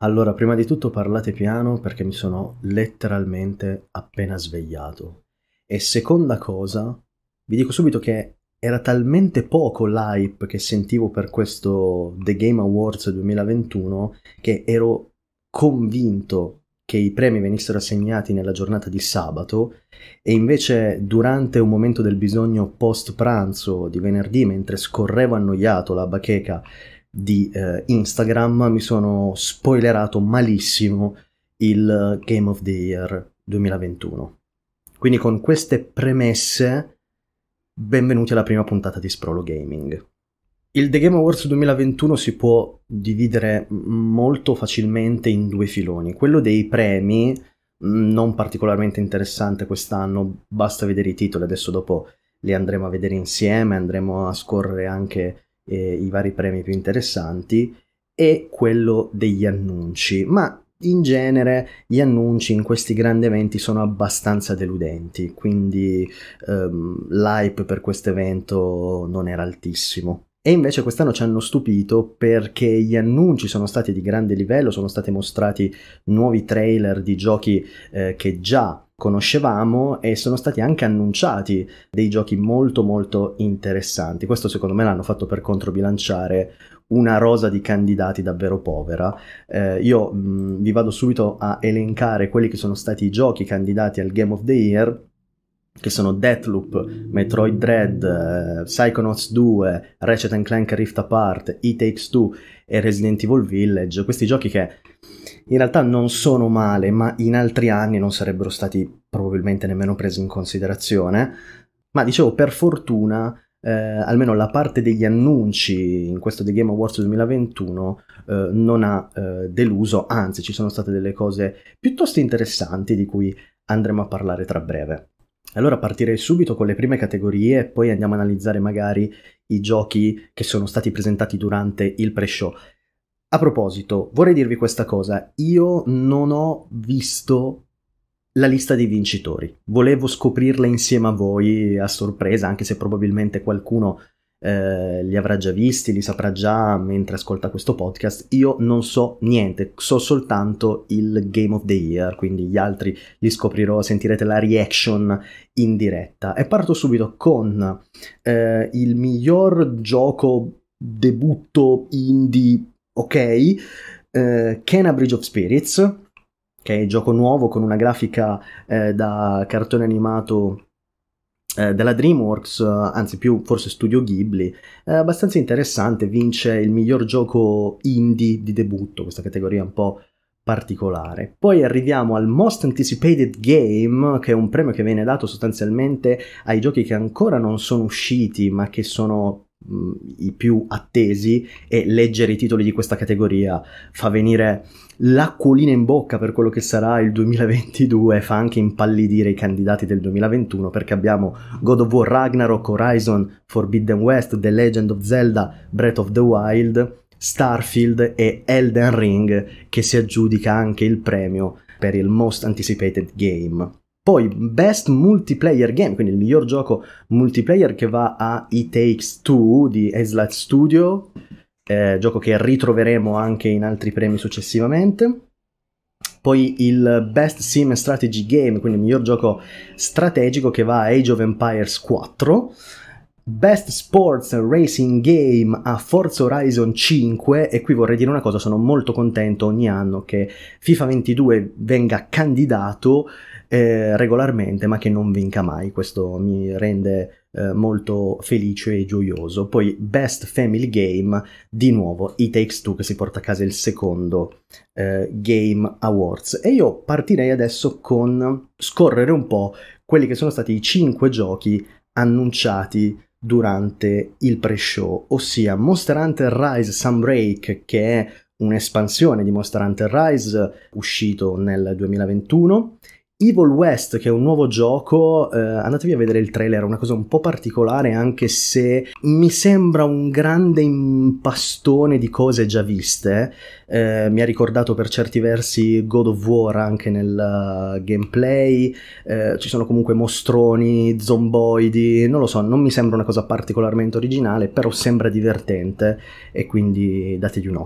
Allora, prima di tutto parlate piano perché mi sono letteralmente appena svegliato. E seconda cosa, vi dico subito che era talmente poco l'hype che sentivo per questo The Game Awards 2021 che ero convinto che i premi venissero assegnati nella giornata di sabato e invece durante un momento del bisogno post pranzo di venerdì, mentre scorrevo annoiato la bacheca di Instagram, mi sono spoilerato malissimo il Game of the Year 2021. Quindi con queste premesse, benvenuti alla prima puntata di Sprolo Gaming. Il The Game Awards 2021 si può dividere molto facilmente in due filoni. Quello dei premi, non particolarmente interessante quest'anno, basta vedere i titoli, adesso dopo li andremo a vedere insieme, andremo a scorrere anche i vari premi più interessanti, e quello degli annunci, ma in genere gli annunci in questi grandi eventi sono abbastanza deludenti, quindi l'hype per questo evento non era altissimo. E invece quest'anno ci hanno stupito perché gli annunci sono stati di grande livello, sono stati mostrati nuovi trailer di giochi che già conoscevamo e sono stati anche annunciati dei giochi molto molto interessanti. Questo secondo me l'hanno fatto per controbilanciare una rosa di candidati davvero povera. Io vi vado subito a elencare quelli che sono stati i giochi candidati al Game of the Year, che sono Deathloop, Metroid Dread, Psychonauts 2, Ratchet Clank Rift Apart, It Takes Two e Resident Evil Village. Questi giochi che in realtà non sono male, ma in altri anni non sarebbero stati probabilmente nemmeno presi in considerazione. Ma dicevo, per fortuna, almeno la parte degli annunci in questo The Game Awards 2021 non ha deluso, anzi ci sono state delle cose piuttosto interessanti di cui andremo a parlare tra breve. Allora partirei subito con le prime categorie e poi andiamo a analizzare magari i giochi che sono stati presentati durante il pre-show. A proposito, vorrei dirvi questa cosa, io non ho visto la lista dei vincitori, volevo scoprirla insieme a voi a sorpresa, anche se probabilmente qualcuno li avrà già visti, li saprà già mentre ascolta questo podcast. Io non so niente, so soltanto il Game of the Year, quindi gli altri li scoprirò, sentirete la reaction in diretta. E parto subito con il miglior gioco debutto indie, ok, Kena Bridge of Spirits, che è il gioco nuovo con una grafica da cartone animato della DreamWorks, anzi più forse Studio Ghibli, abbastanza interessante, vince il miglior gioco indie di debutto, questa categoria un po' particolare. Poi arriviamo al Most Anticipated Game, che è un premio che viene dato sostanzialmente ai giochi che ancora non sono usciti ma che sono i più attesi, e leggere i titoli di questa categoria fa venire l'acquolina in bocca per quello che sarà il 2022, fa anche impallidire i candidati del 2021, perché abbiamo God of War Ragnarok, Horizon Forbidden West, The Legend of Zelda Breath of the Wild, Starfield e Elden Ring, che si aggiudica anche il premio per il Most Anticipated Game. Poi Best Multiplayer Game, quindi il miglior gioco multiplayer, che va a It Takes Two di Hazelight Studio, gioco che ritroveremo anche in altri premi successivamente. Poi il Best Sim Strategy Game, quindi il miglior gioco strategico, che va a Age of Empires 4. Best Sports Racing Game a Forza Horizon 5, e qui vorrei dire una cosa, sono molto contento ogni anno che FIFA 22 venga candidato regolarmente ma che non vinca mai, questo mi rende molto felice e gioioso. Poi Best Family Game, di nuovo It Takes Two, che si porta a casa il secondo Game Awards. E io partirei adesso con scorrere un po' quelli che sono stati i 5 giochi annunciati durante il pre-show, ossia Monster Hunter Rise Sunbreak, che è un'espansione di Monster Hunter Rise uscito nel 2021, Evil West, che è un nuovo gioco, andatevi a vedere il trailer, è una cosa un po' particolare, anche se mi sembra un grande impastone di cose già viste. Mi ha ricordato per certi versi God of War anche nel gameplay, ci sono comunque mostroni, zomboidi, non lo so, non mi sembra una cosa particolarmente originale, però sembra divertente e quindi dategli un occhio.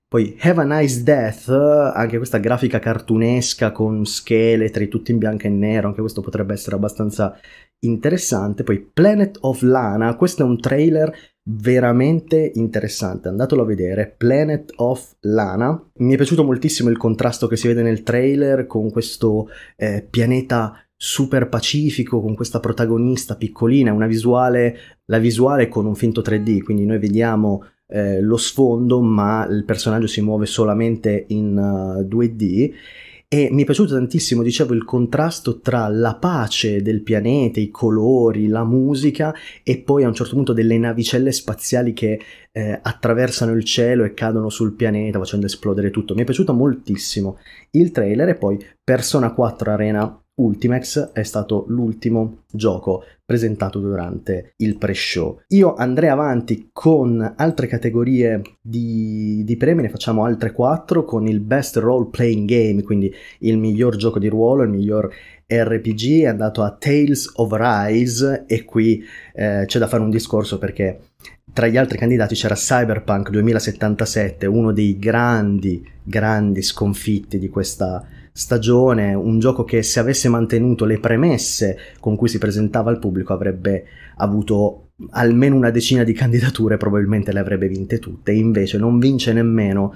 Poi Have a Nice Death, anche questa grafica cartunesca con scheletri tutti in bianco e nero, anche questo potrebbe essere abbastanza interessante. Poi Planet of Lana, questo è un trailer veramente interessante, andatelo a vedere. Planet of Lana, mi è piaciuto moltissimo il contrasto che si vede nel trailer con questo pianeta super pacifico, con questa protagonista piccolina, la visuale con un finto 3D, quindi noi vediamo lo sfondo, ma il personaggio si muove solamente in 2D. E mi è piaciuto tantissimo, dicevo, il contrasto tra la pace del pianeta, i colori, la musica, e poi a un certo punto delle navicelle spaziali che attraversano il cielo e cadono sul pianeta facendo esplodere tutto. Mi è piaciuto moltissimo il trailer. E poi Persona 4 Arena Ultimax è stato l'ultimo gioco presentato durante il pre-show. Io andrei avanti con altre categorie di premi, ne facciamo altre 4, con il Best Role Playing Game, quindi il miglior gioco di ruolo, il miglior RPG, è andato a Tales of Arise, e qui c'è da fare un discorso perché tra gli altri candidati c'era Cyberpunk 2077, uno dei grandi sconfitti di questa stagione, un gioco che, se avesse mantenuto le premesse con cui si presentava al pubblico, avrebbe avuto almeno una decina di candidature, probabilmente le avrebbe vinte tutte. Invece non vince nemmeno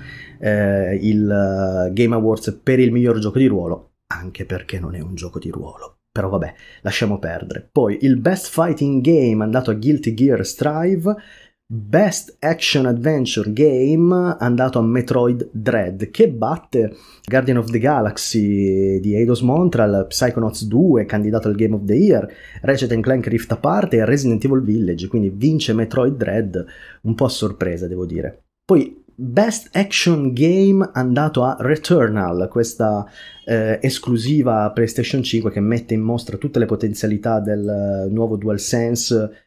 il Game Awards per il miglior gioco di ruolo, anche perché non è un gioco di ruolo. Però vabbè, lasciamo perdere. Poi il Best Fighting Game è andato a Guilty Gear Strive. Best Action Adventure Game è andato a Metroid Dread, che batte Guardian of the Galaxy di Eidos Montreal, Psychonauts 2, candidato al Game of the Year, Ratchet Clank Rift Apart e Resident Evil Village, quindi vince Metroid Dread, un po' a sorpresa devo dire. Poi Best Action Game è andato a Returnal, questa esclusiva PlayStation 5 che mette in mostra tutte le potenzialità del nuovo DualSense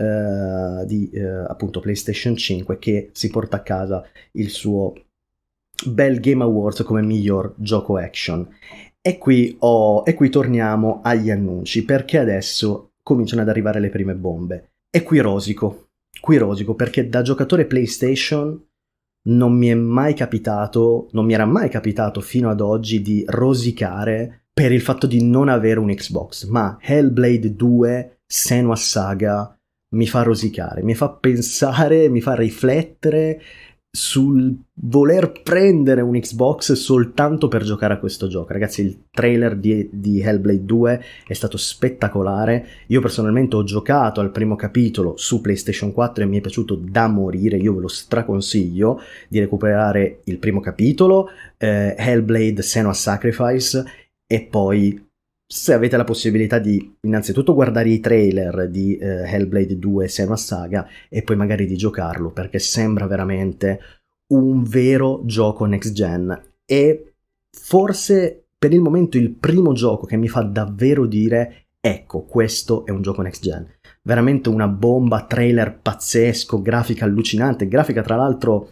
di appunto PlayStation 5, che si porta a casa il suo bel Game Awards come miglior gioco action. E qui torniamo agli annunci, perché adesso cominciano ad arrivare le prime bombe. E qui rosico perché da giocatore PlayStation non mi era mai capitato fino ad oggi di rosicare per il fatto di non avere un Xbox, ma Hellblade 2 Senua Saga mi fa rosicare, mi fa pensare, mi fa riflettere sul voler prendere un Xbox soltanto per giocare a questo gioco. Ragazzi, il trailer di Hellblade 2 è stato spettacolare. Io personalmente ho giocato al primo capitolo su PlayStation 4 e mi è piaciuto da morire. Io ve lo straconsiglio di recuperare il primo capitolo, Hellblade Senua's Sacrifice, e poi, se avete la possibilità, di innanzitutto guardare i trailer di Hellblade 2 Senua's Saga e poi magari di giocarlo, perché sembra veramente un vero gioco next gen, e forse per il momento il primo gioco che mi fa davvero dire ecco, questo è un gioco next gen. Veramente una bomba, trailer pazzesco, grafica allucinante, grafica tra l'altro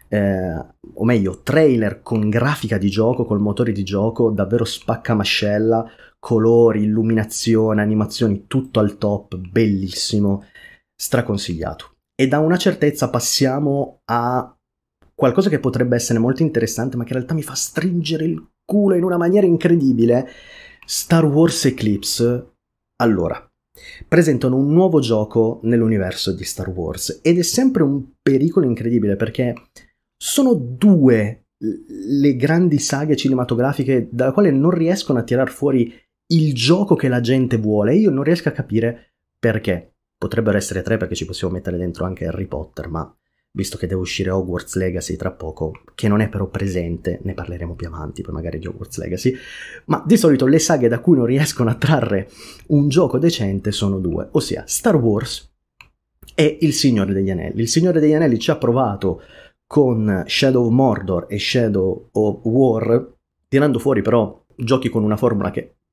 o meglio trailer con grafica di gioco, col motore di gioco davvero spaccamascella, colori, illuminazione, animazioni, tutto al top, bellissimo, straconsigliato. E da una certezza passiamo a qualcosa che potrebbe essere molto interessante, ma che in realtà mi fa stringere il culo in una maniera incredibile. Star Wars Eclipse. Allora, presentano un nuovo gioco nell'universo di Star Wars, ed è sempre un pericolo incredibile, perché sono due le grandi saghe cinematografiche dalla quale non riescono a tirar fuori il gioco che la gente vuole, e io non riesco a capire perché. Potrebbero essere tre, perché ci possiamo mettere dentro anche Harry Potter, ma visto che deve uscire Hogwarts Legacy tra poco, che non è però presente, ne parleremo più avanti poi magari di Hogwarts Legacy, ma di solito le saghe da cui non riescono a trarre un gioco decente sono due, ossia Star Wars e Il Signore degli Anelli. Il Signore degli Anelli ci ha provato con Shadow of Mordor e Shadow of War, tirando fuori però giochi con una formula che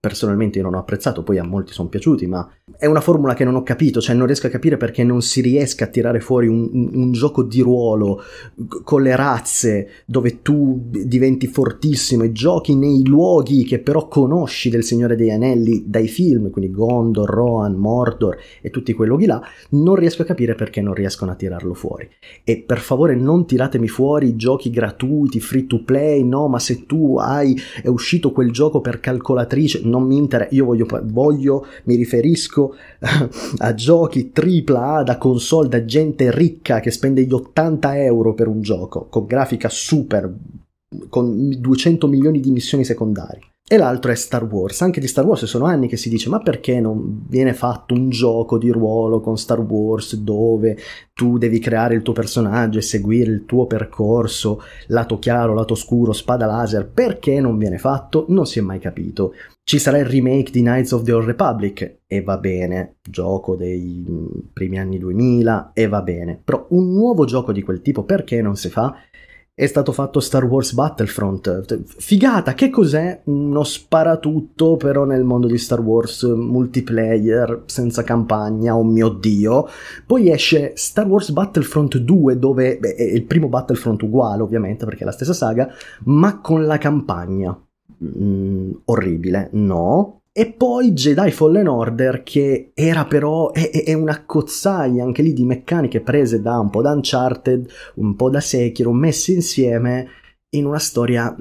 personalmente io non ho apprezzato, poi a molti sono piaciuti, ma è una formula che non ho capito, cioè non riesco a capire perché non si riesca a tirare fuori un gioco di ruolo con le razze dove tu diventi fortissimo e giochi nei luoghi che però conosci del Signore degli Anelli dai film, quindi Gondor, Rohan, Mordor e tutti quei luoghi là. Non riesco a capire perché non riescono a tirarlo fuori. E per favore non tiratemi fuori giochi gratuiti, free to play, no, ma se tu è uscito quel gioco per calcolatrice, non mi interessa, io mi riferisco a giochi AAA da console, da gente ricca che spende gli 80 euro per un gioco, con grafica super, con 200 milioni di missioni secondarie. E l'altro è Star Wars. Anche di Star Wars sono anni che si dice: ma perché non viene fatto un gioco di ruolo con Star Wars dove tu devi creare il tuo personaggio e seguire il tuo percorso, lato chiaro, lato scuro, spada laser? Perché non viene fatto? Non si è mai capito. Ci sarà il remake di Knights of the Old Republic, e va bene, gioco dei primi anni 2000, e va bene, però un nuovo gioco di quel tipo perché non si fa? È stato fatto Star Wars Battlefront, figata, che cos'è? Uno sparatutto però nel mondo di Star Wars, multiplayer, senza campagna, oh mio Dio. Poi esce Star Wars Battlefront 2, dove è il primo Battlefront uguale ovviamente perché è la stessa saga, ma con la campagna. Orribile, no. E poi Jedi Fallen Order, che era però è una cozzaia anche lì di meccaniche prese da un po' da Uncharted, un po' da Sekiro, messe insieme in una storia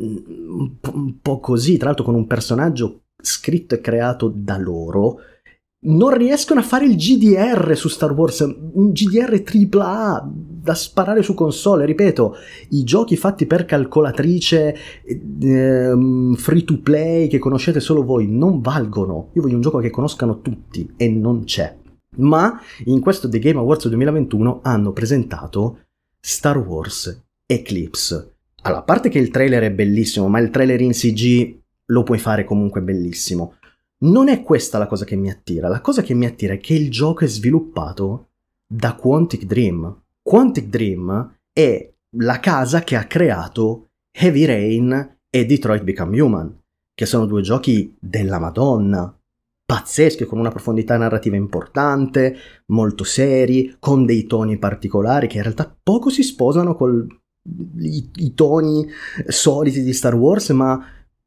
un po' così, tra l'altro con un personaggio scritto e creato da loro. Non riescono a fare il GDR su Star Wars, un GDR AAA da sparare su console. Ripeto, i giochi fatti per calcolatrice, free to play, che conoscete solo voi, non valgono. Io voglio un gioco che conoscano tutti, e non c'è. Ma in questo The Game Awards 2021 hanno presentato Star Wars Eclipse. Allora, a parte che il trailer è bellissimo, ma il trailer in CG lo puoi fare comunque bellissimo. Non è questa la cosa che mi attira. La cosa che mi attira è che il gioco è sviluppato da Quantic Dream. Quantic Dream è la casa che ha creato Heavy Rain e Detroit Become Human, che sono due giochi della Madonna, pazzeschi, con una profondità narrativa importante, molto seri, con dei toni particolari che in realtà poco si sposano con i toni soliti di Star Wars, ma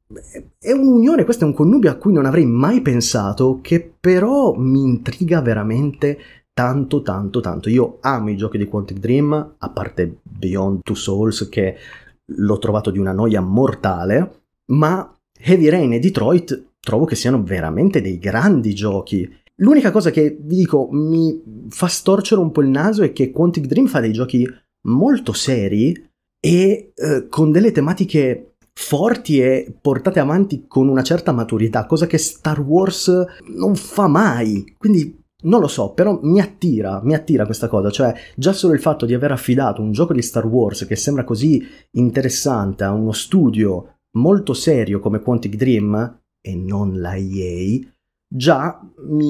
è un'unione, questo è un connubio a cui non avrei mai pensato, che però mi intriga veramente tanto. Io amo i giochi di Quantic Dream, a parte Beyond Two Souls che l'ho trovato di una noia mortale, ma Heavy Rain e Detroit trovo che siano veramente dei grandi giochi. L'unica cosa che vi dico mi fa storcere un po' il naso è che Quantic Dream fa dei giochi molto seri e con delle tematiche forti e portate avanti con una certa maturità, cosa che Star Wars non fa mai. Quindi non lo so, però mi attira questa cosa, cioè già solo il fatto di aver affidato un gioco di Star Wars che sembra così interessante a uno studio molto serio come Quantic Dream e non la EA, già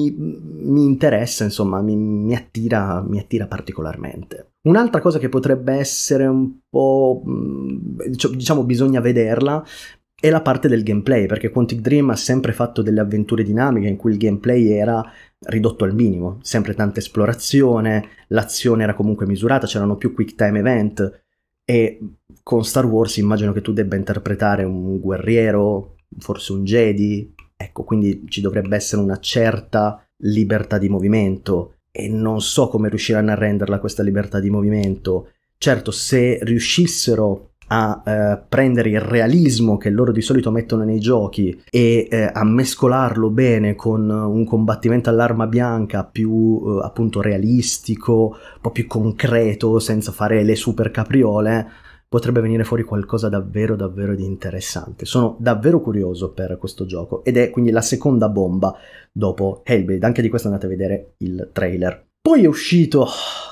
mi interessa, insomma, mi attira particolarmente. Un'altra cosa che potrebbe essere un po', diciamo, bisogna vederla, è la parte del gameplay, perché Quantic Dream ha sempre fatto delle avventure dinamiche in cui il gameplay era ridotto al minimo, sempre tanta esplorazione, l'azione era comunque misurata, c'erano più quick time event, e con Star Wars immagino che tu debba interpretare un guerriero, forse un Jedi, ecco, quindi ci dovrebbe essere una certa libertà di movimento, e non so come riusciranno a renderla questa libertà di movimento. Certo, se riuscissero a prendere il realismo che loro di solito mettono nei giochi e a mescolarlo bene con un combattimento all'arma bianca più appunto realistico, un po' più concreto, senza fare le super capriole, potrebbe venire fuori qualcosa davvero di interessante. Sono davvero curioso per questo gioco, ed è quindi la seconda bomba dopo Hellblade. Anche di questo andate a vedere il trailer. Poi è uscito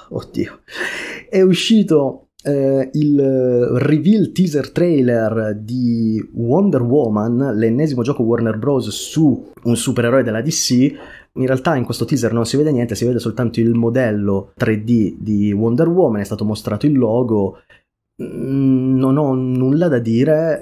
il reveal teaser trailer di Wonder Woman, l'ennesimo gioco Warner Bros. Su un supereroe della DC. In realtà in questo teaser non si vede niente, si vede soltanto il modello 3D di Wonder Woman, è stato mostrato il logo. Non ho nulla da dire,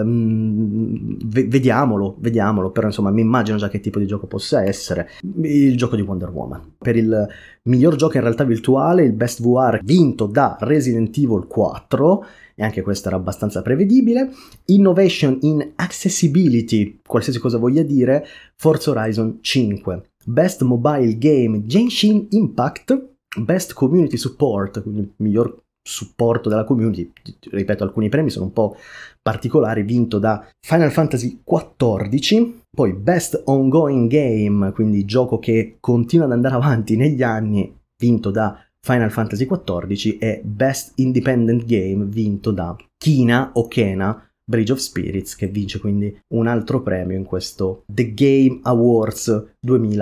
vediamolo, però insomma mi immagino già che tipo di gioco possa essere. Il gioco di Wonder Woman. Per il miglior gioco in realtà virtuale, il Best VR vinto da Resident Evil 4, e anche questo era abbastanza prevedibile. Innovation in Accessibility, qualsiasi cosa voglia dire, Forza Horizon 5. Best Mobile Game, Genshin Impact. Best Community Support, quindi il miglior supporto della community, ripeto, alcuni premi sono un po' particolari, vinto da Final Fantasy XIV. Poi Best Ongoing Game, quindi gioco che continua ad andare avanti negli anni, vinto da Final Fantasy XIV. E Best Independent Game, vinto da Kena Bridge of Spirits, che vince quindi un altro premio in questo The Game Awards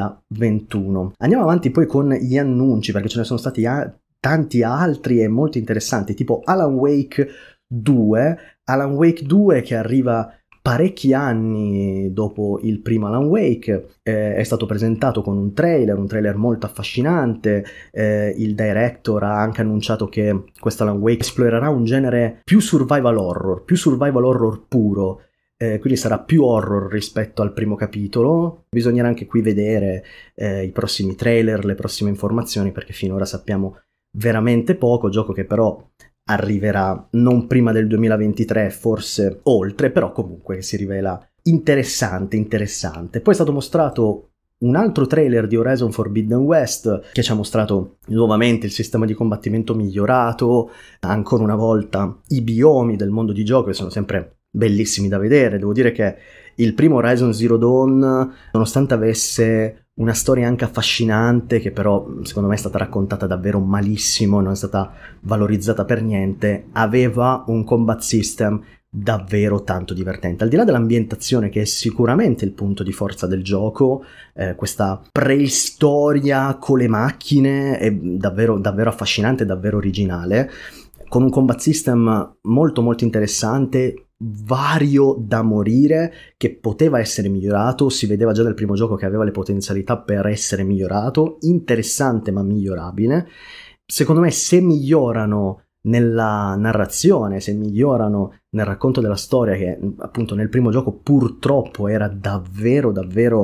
2021. Andiamo avanti poi con gli annunci, perché ce ne sono stati tanti altri e molto interessanti, tipo Alan Wake 2, che arriva parecchi anni dopo il primo Alan Wake, è stato presentato con un trailer molto affascinante. Il director ha anche annunciato che questo Alan Wake esplorerà un genere più survival horror puro, quindi sarà più horror rispetto al primo capitolo. Bisognerà anche qui vedere i prossimi trailer, le prossime informazioni, perché finora sappiamo veramente poco. Gioco che però arriverà non prima del 2023, forse oltre, però comunque si rivela interessante. Poi è stato mostrato un altro trailer di Horizon Forbidden West, che ci ha mostrato nuovamente il sistema di combattimento migliorato, ancora una volta i biomi del mondo di gioco, che sono sempre bellissimi da vedere. Devo dire che il primo Horizon Zero Dawn, nonostante avesse una storia anche affascinante, che però secondo me è stata raccontata davvero malissimo, non è stata valorizzata per niente, aveva un combat system davvero tanto divertente. Al di là dell'ambientazione, che è sicuramente il punto di forza del gioco, questa preistoria con le macchine è davvero affascinante, davvero originale, con un combat system molto molto interessante, vario da morire, che poteva essere migliorato. Si vedeva già dal primo gioco che aveva le potenzialità per essere migliorato, interessante ma migliorabile. Secondo me, se migliorano nella narrazione, se migliorano nel racconto della storia, che appunto nel primo gioco purtroppo era davvero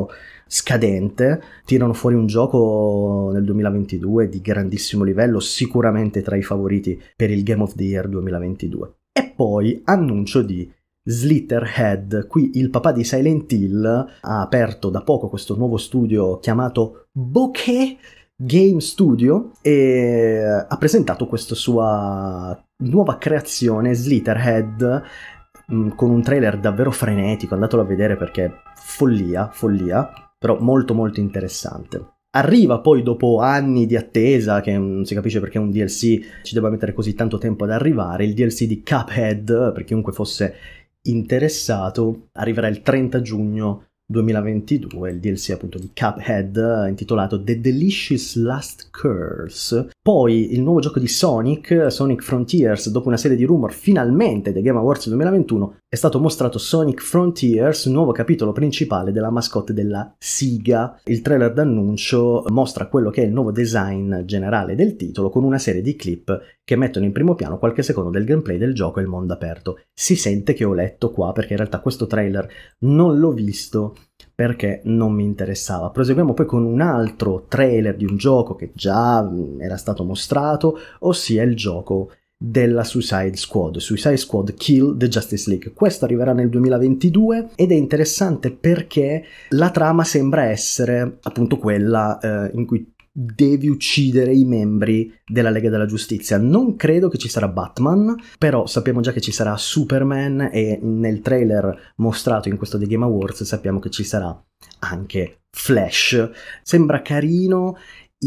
scadente, tirano fuori un gioco nel 2022 di grandissimo livello, sicuramente tra i favoriti per il Game of the Year 2022. E poi annuncio di Slitherhead. Qui il papà di Silent Hill ha aperto da poco questo nuovo studio chiamato Bokeh Game Studio e ha presentato questa sua nuova creazione, Slitherhead, con un trailer davvero frenetico. Andatelo a vedere perché follia, però molto molto interessante. Arriva poi, dopo anni di attesa, che non si capisce perché un DLC ci debba mettere così tanto tempo ad arrivare, il DLC di Cuphead, per chiunque fosse interessato. Arriverà il 30 giugno 2022, il DLC appunto di Cuphead, intitolato The Delicious Last Curse. Poi il nuovo gioco di Sonic Frontiers. Dopo una serie di rumor, finalmente The Game Awards 2021 è stato mostrato Sonic Frontiers, nuovo capitolo principale della mascotte della Siga. Il trailer d'annuncio mostra quello che è il nuovo design generale del titolo, con una serie di clip che mettono in primo piano qualche secondo del gameplay del gioco e il mondo aperto. Si sente che ho letto qua, perché in realtà questo trailer non l'ho visto perché non mi interessava. Proseguiamo poi con un altro trailer di un gioco che già era stato mostrato, ossia il gioco della Suicide Squad Kill the Justice League. Questo arriverà nel 2022 ed è interessante perché la trama sembra essere appunto quella in cui devi uccidere i membri della Lega della Giustizia. Non credo che ci sarà Batman, però sappiamo già che ci sarà Superman, e nel trailer mostrato in questo The Game Awards sappiamo che ci sarà anche Flash. Sembra carino.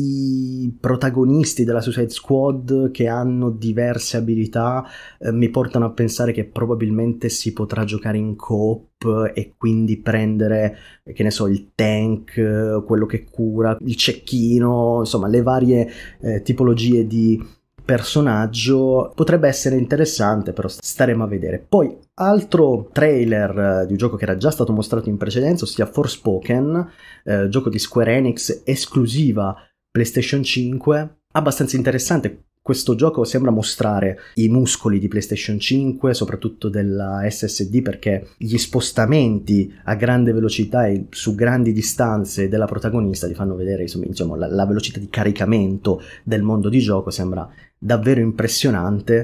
I protagonisti della Suicide Squad, che hanno diverse abilità, mi portano a pensare che probabilmente si potrà giocare in co-op e quindi prendere, che ne so, il tank, quello che cura, il cecchino, insomma le varie tipologie di personaggio. Potrebbe essere interessante, però staremo a vedere. Poi altro trailer di un gioco che era già stato mostrato in precedenza, ossia Forspoken, gioco di Square Enix esclusiva PlayStation 5, abbastanza interessante. questo gioco sembra mostrare i muscoli di PlayStation 5, soprattutto della SSD, perché gli spostamenti a grande velocità e su grandi distanze della protagonista ti fanno vedere, insomma, diciamo, la velocità di caricamento del mondo di gioco sembra davvero impressionante.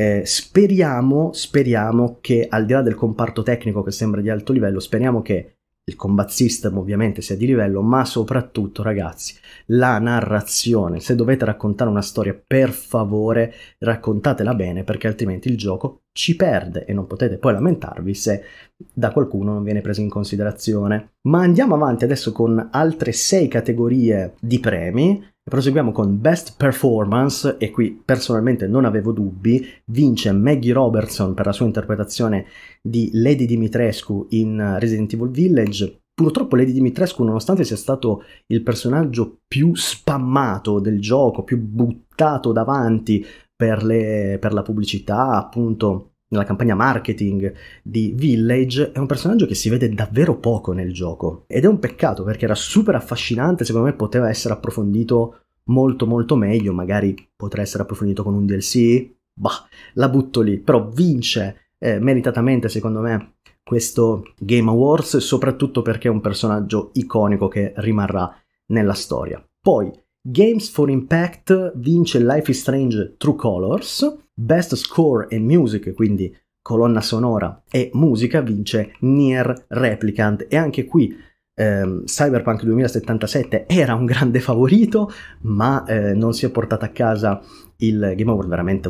Speriamo che, al di là del comparto tecnico che sembra di alto livello, speriamo che il combat system ovviamente sia di livello, ma soprattutto, ragazzi, la narrazione. Se dovete raccontare una storia, per favore raccontatela bene, perché altrimenti il gioco ci perde e non potete poi lamentarvi se da qualcuno non viene preso in considerazione. Ma andiamo avanti adesso con altre 6 categorie di premi. Proseguiamo con Best Performance, e qui personalmente non avevo dubbi. Vince Maggie Robertson per la sua interpretazione di Lady Dimitrescu in Resident Evil Village. Purtroppo Lady Dimitrescu, nonostante sia stato il personaggio più spammato del gioco, più buttato davanti per la pubblicità, appunto nella campagna marketing di Village, è un personaggio che si vede davvero poco nel gioco, ed è un peccato perché era super affascinante. Secondo me poteva essere approfondito molto molto meglio, magari potrà essere approfondito con un DLC, la butto lì. Però vince meritatamente, secondo me, questo Game Awards, soprattutto perché è un personaggio iconico che rimarrà nella storia. Poi Games for Impact vince Life is Strange True Colors. Best Score and Music, quindi colonna sonora e musica, vince Nier Replicant. E anche qui Cyberpunk 2077 era un grande favorito, ma non si è portata a casa il Game Award. Veramente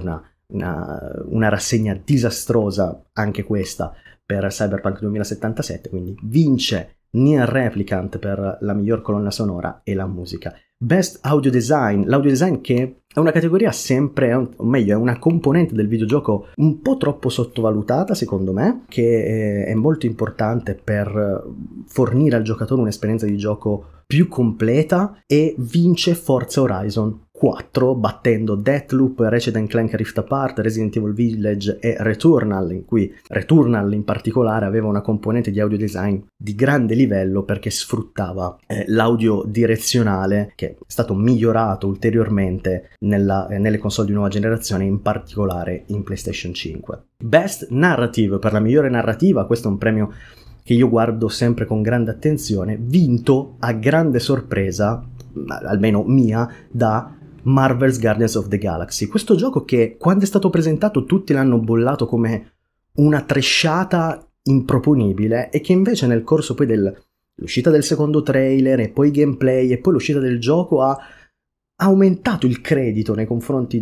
una rassegna disastrosa anche questa per Cyberpunk 2077, quindi vince Nier Replicant per la miglior colonna sonora e la musica. Best Audio Design, l'audio design che è una categoria sempre, o meglio, è una componente del videogioco un po' troppo sottovalutata, secondo me, che è molto importante per fornire al giocatore un'esperienza di gioco più completa, e vince Forza Horizon 4, battendo Deathloop, Ratchet & Clank Rift Apart, Resident Evil Village e Returnal, in cui Returnal in particolare aveva una componente di audio design di grande livello perché sfruttava l'audio direzionale, che è stato migliorato ulteriormente nelle console di nuova generazione, in particolare in PlayStation 5. Best Narrative, per la migliore narrativa, questo è un premio che io guardo sempre con grande attenzione, vinto a grande sorpresa, almeno mia, da Marvel's Guardians of the Galaxy. Questo gioco che, quando è stato presentato, tutti l'hanno bollato come una tresciata improponibile, e che invece nel corso poi dell'uscita del secondo trailer e poi gameplay e poi l'uscita del gioco ha aumentato il credito nei confronti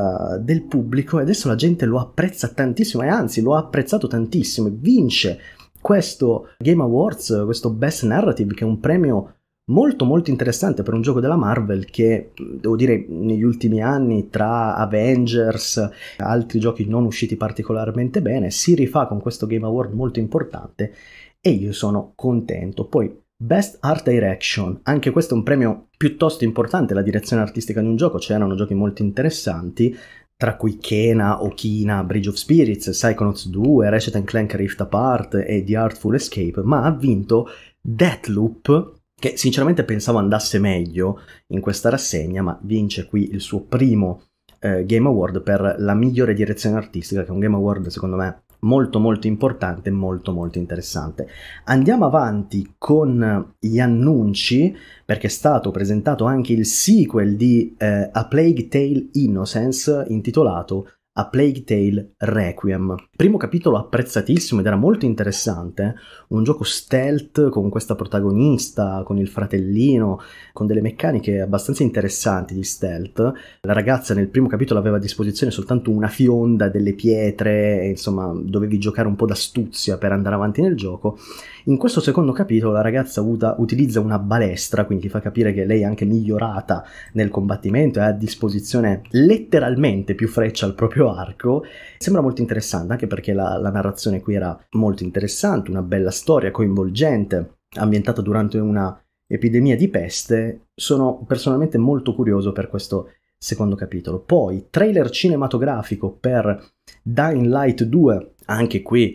del pubblico, e adesso la gente lo apprezza tantissimo, e anzi lo ha apprezzato tantissimo, e vince questo Game Awards, questo Best Narrative, che è un premio molto molto interessante per un gioco della Marvel che, devo dire, negli ultimi anni, tra Avengers e altri giochi non usciti particolarmente bene, si rifà con questo Game Award molto importante, e io sono contento. Poi Best Art Direction, anche questo è un premio piuttosto importante, la direzione artistica di un gioco. C'erano giochi molto interessanti, tra cui Kena, Okina, Bridge of Spirits, Psychonauts 2, Ratchet & Clank Rift Apart e The Artful Escape, ma ha vinto Deathloop, che sinceramente pensavo andasse meglio in questa rassegna, ma vince qui il suo primo Game Award per la migliore direzione artistica, che è un Game Award secondo me molto molto importante, molto molto interessante. Andiamo avanti con gli annunci, perché è stato presentato anche il sequel di A Plague Tale Innocence, intitolato A Plague Tale Requiem. Primo capitolo apprezzatissimo ed era molto interessante, un gioco stealth con questa protagonista, con il fratellino, con delle meccaniche abbastanza interessanti di stealth. La ragazza nel primo capitolo aveva a disposizione soltanto una fionda, delle pietre, e insomma dovevi giocare un po' d'astuzia per andare avanti nel gioco. In questo secondo capitolo la ragazza utilizza una balestra, quindi ti fa capire che lei è anche migliorata nel combattimento e ha a disposizione letteralmente più frecce al proprio arco. Sembra molto interessante, anche perché la narrazione qui era molto interessante, una bella storia coinvolgente, ambientata durante una epidemia di peste. Sono personalmente molto curioso per questo secondo capitolo. Poi trailer cinematografico per Dying Light 2, anche qui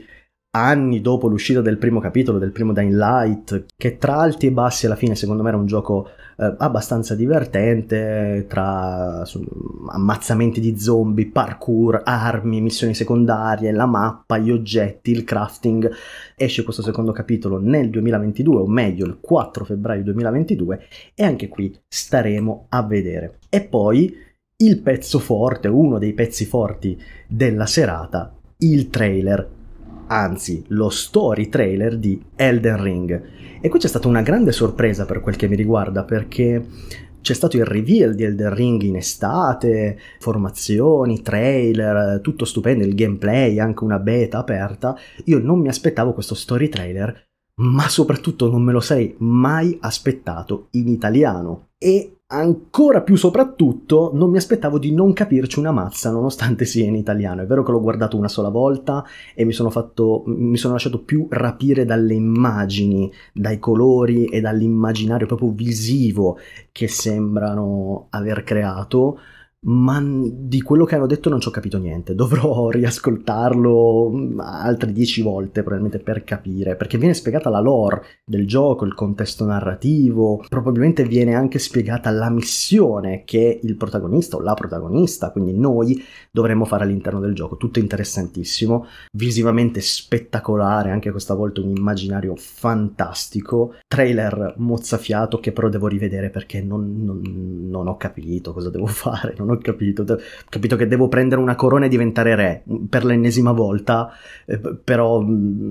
anni dopo l'uscita del primo capitolo, del primo Dying Light, che tra alti e bassi alla fine secondo me era un gioco abbastanza divertente, tra ammazzamenti di zombie, parkour, armi, missioni secondarie, la mappa, gli oggetti, il crafting. Esce questo secondo capitolo nel 2022, o meglio il 4 febbraio 2022, e anche qui staremo a vedere. E poi il pezzo forte, uno dei pezzi forti della serata, il trailer, anzi lo story trailer di Elden Ring. E qui c'è stata una grande sorpresa per quel che mi riguarda, perché c'è stato il reveal di Elden Ring in estate, formazioni, trailer, tutto stupendo, il gameplay, anche una beta aperta. Io non mi aspettavo questo story trailer, ma soprattutto non me lo sarei mai aspettato in italiano. E ancora più soprattutto non mi aspettavo di non capirci una mazza nonostante sia in italiano. È vero che l'ho guardato una sola volta e mi sono lasciato più rapire dalle immagini, dai colori e dall'immaginario proprio visivo che sembrano aver creato, ma di quello che hanno detto non ci ho capito niente. Dovrò riascoltarlo altre 10 volte probabilmente per capire, perché viene spiegata la lore del gioco, il contesto narrativo, probabilmente viene anche spiegata la missione che il protagonista o la protagonista, quindi noi, dovremmo fare all'interno del gioco. Tutto interessantissimo, visivamente spettacolare, anche questa volta un immaginario fantastico, trailer mozzafiato che però devo rivedere perché non ho capito cosa devo fare. Non ho capito. Ho capito che devo prendere una corona e diventare re per l'ennesima volta, però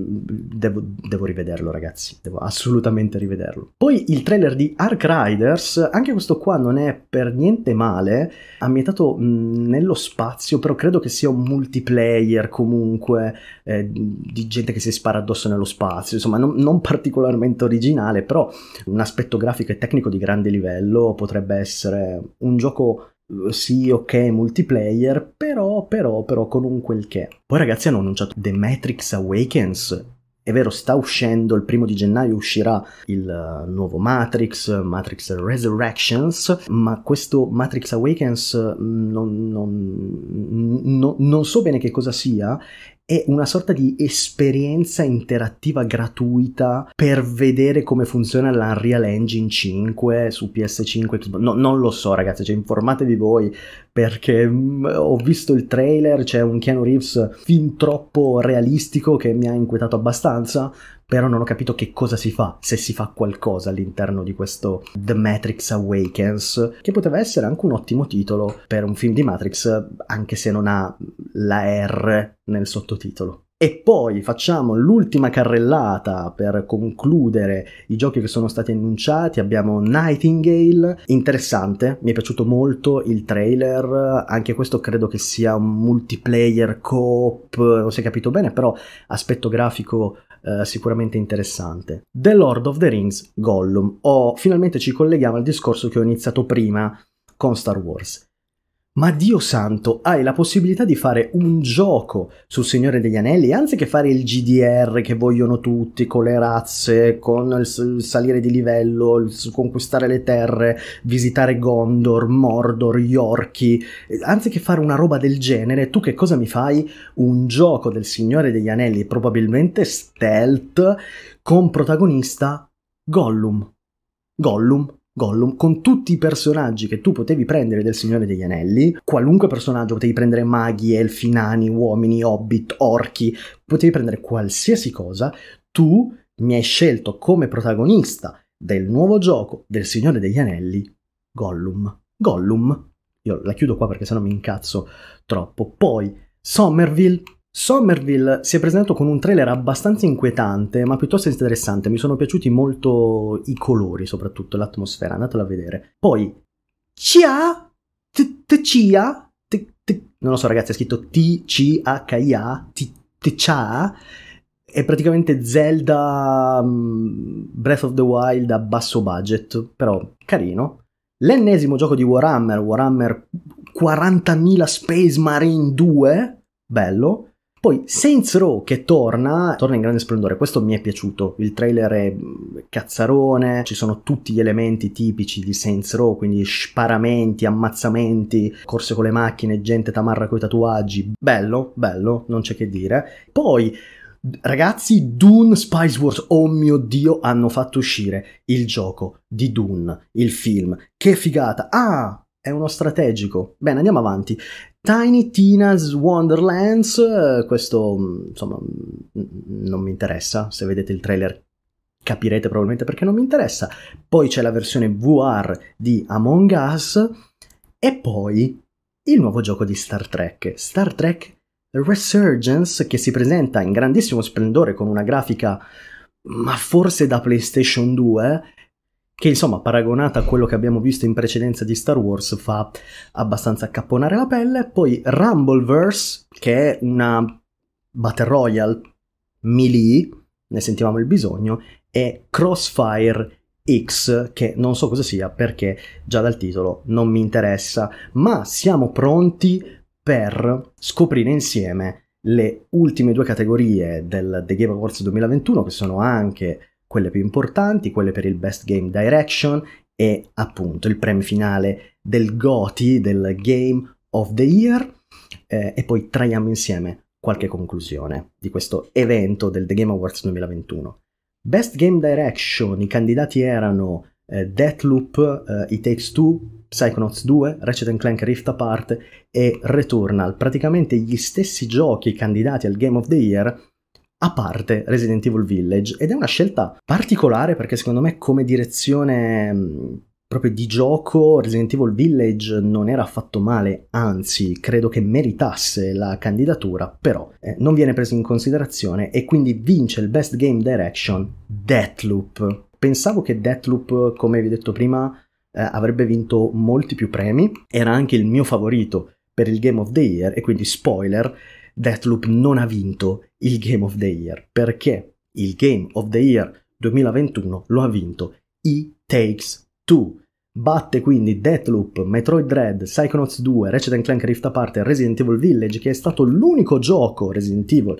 devo rivederlo, ragazzi. Devo assolutamente rivederlo. Poi il trailer di Ark Riders, anche questo qua non è per niente male, ambientato nello spazio, però credo che sia un multiplayer comunque, di gente che si spara addosso nello spazio, insomma non particolarmente originale, però un aspetto grafico e tecnico di grande livello. Potrebbe essere un gioco sì, ok, multiplayer, però con un quel che. Poi ragazzi hanno annunciato The Matrix Awakens. È vero, sta uscendo il 1 gennaio, uscirà il nuovo Matrix Resurrections, ma questo Matrix Awakens non so bene che cosa sia. È una sorta di esperienza interattiva gratuita per vedere come funziona l'Unreal Engine 5 su PS5. Non lo so, ragazzi, cioè informatevi voi, perché ho visto il trailer, c'è un Keanu Reeves fin troppo realistico che mi ha inquietato abbastanza, però non ho capito che cosa si fa, se si fa qualcosa all'interno di questo The Matrix Awakens, che poteva essere anche un ottimo titolo per un film di Matrix, anche se non ha la R nel sottotitolo. E poi facciamo l'ultima carrellata per concludere i giochi che sono stati annunciati. Abbiamo Nightingale, interessante, mi è piaciuto molto il trailer, anche questo credo che sia un multiplayer co-op, non si è capito bene, però aspetto grafico sicuramente interessante. The Lord of the Rings Gollum. Finalmente ci colleghiamo al discorso che ho iniziato prima con Star Wars. Ma Dio santo, hai la possibilità di fare un gioco sul Signore degli Anelli, anziché fare il GDR che vogliono tutti, con le razze, con il salire di livello, il conquistare le terre, visitare Gondor, Mordor, gli orchi, anziché fare una roba del genere, tu che cosa mi fai? Un gioco del Signore degli Anelli, probabilmente stealth, con protagonista Gollum, con tutti i personaggi che tu potevi prendere del Signore degli Anelli, qualunque personaggio, potevi prendere maghi, elfi, nani, uomini, hobbit, orchi, potevi prendere qualsiasi cosa. Tu mi hai scelto come protagonista del nuovo gioco del Signore degli Anelli Gollum. Io la chiudo qua perché sennò mi incazzo troppo. Poi Somerville si è presentato con un trailer abbastanza inquietante, ma piuttosto interessante. Mi sono piaciuti molto i colori, soprattutto l'atmosfera, andatela a vedere. Poi Chia, non lo so ragazzi, è scritto Tchia, Tchia, è praticamente Zelda Breath of the Wild a basso budget, però carino. L'ennesimo gioco di Warhammer 40.000 Space Marine 2, bello. Poi Saints Row che torna in grande splendore, questo mi è piaciuto, il trailer è cazzarone, ci sono tutti gli elementi tipici di Saints Row, quindi sparamenti, ammazzamenti, corse con le macchine, gente tamarra coi tatuaggi, bello, non c'è che dire. Poi Ragazzi, Dune Spice Wars, oh mio Dio, hanno fatto uscire il gioco di Dune, il film. Che figata! Ah, è uno strategico. Bene, andiamo avanti. Tiny Tina's Wonderlands, questo insomma non mi interessa, se vedete il trailer capirete probabilmente perché non mi interessa. Poi c'è la versione VR di Among Us e poi il nuovo gioco di Star Trek Resurgence, che si presenta in grandissimo splendore con una grafica ma forse da PlayStation 2, che insomma paragonata a quello che abbiamo visto in precedenza di Star Wars fa abbastanza accapponare la pelle. Poi Rumbleverse, che è una Battle Royale melee, ne sentivamo il bisogno, e Crossfire X, che non so cosa sia perché già dal titolo non mi interessa, ma siamo pronti per scoprire insieme le ultime due categorie del The Game Awards 2021, che sono anche quelle più importanti, quelle per il Best Game Direction e appunto il premio finale del GOTY, del Game of the Year, e poi traiamo insieme qualche conclusione di questo evento del The Game Awards 2021. Best Game Direction, i candidati erano Deathloop, It Takes Two, Psychonauts 2, Ratchet & Clank Rift Apart e Returnal, praticamente gli stessi giochi candidati al Game of the Year, a parte Resident Evil Village, ed è una scelta particolare perché secondo me come direzione proprio di gioco Resident Evil Village non era affatto male, anzi credo che meritasse la candidatura, però non viene preso in considerazione e quindi vince il Best Game Direction Deathloop. Pensavo che Deathloop, come vi ho detto prima, avrebbe vinto molti più premi, era anche il mio favorito per il Game of the Year e quindi spoiler, Deathloop non ha vinto il Game of the Year perché il Game of the Year 2021 lo ha vinto It Takes Two. Batte quindi Deathloop, Metroid Dread, Psychonauts 2, Ratchet & Clank Rift Apart e Resident Evil Village, che è stato l'unico gioco Resident Evil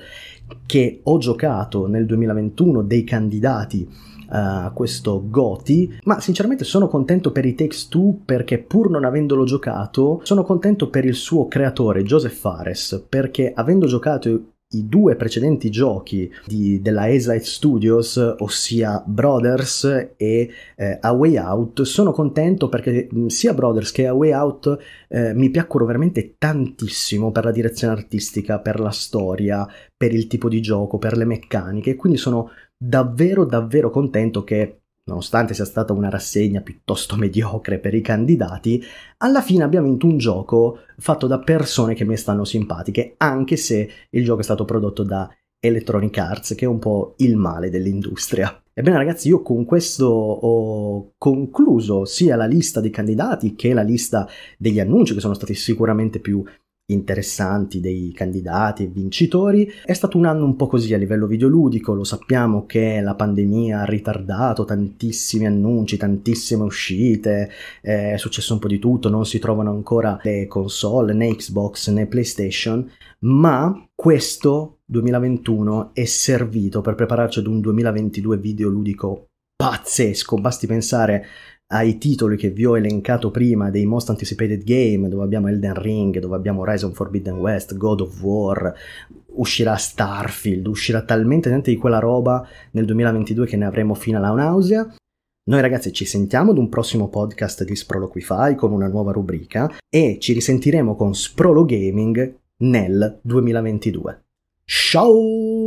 che ho giocato nel 2021 dei candidati a questo GOTY, ma sinceramente sono contento per It Takes Two perché pur non avendolo giocato sono contento per il suo creatore Joseph Fares, perché avendo giocato i due precedenti giochi della Hazelight Studios, ossia Brothers e A Way Out, sono contento perché sia Brothers che A Way Out mi piacquero veramente tantissimo per la direzione artistica, per la storia, per il tipo di gioco, per le meccaniche, quindi sono davvero davvero contento che, nonostante sia stata una rassegna piuttosto mediocre per i candidati, alla fine abbiamo vinto un gioco fatto da persone che mi stanno simpatiche, anche se il gioco è stato prodotto da Electronic Arts, che è un po' il male dell'industria. Ebbene ragazzi, io con questo ho concluso sia la lista dei candidati che la lista degli annunci, che sono stati sicuramente più interessanti dei candidati e vincitori. È stato un anno un po' così a livello videoludico, lo sappiamo che la pandemia ha ritardato tantissimi annunci, tantissime uscite, è successo un po' di tutto, non si trovano ancora le console né Xbox né PlayStation, ma questo 2021 è servito per prepararci ad un 2022 videoludico pazzesco. Basti pensare ai titoli che vi ho elencato prima dei Most Anticipated Game, dove abbiamo Elden Ring, dove abbiamo Horizon Forbidden West, God of War, uscirà Starfield, uscirà talmente tanta di quella roba nel 2022 che ne avremo fino alla nausea. Noi ragazzi ci sentiamo ad un prossimo podcast di Sproloquify con una nuova rubrica e ci risentiremo con Sprolo Gaming nel 2022. Ciao!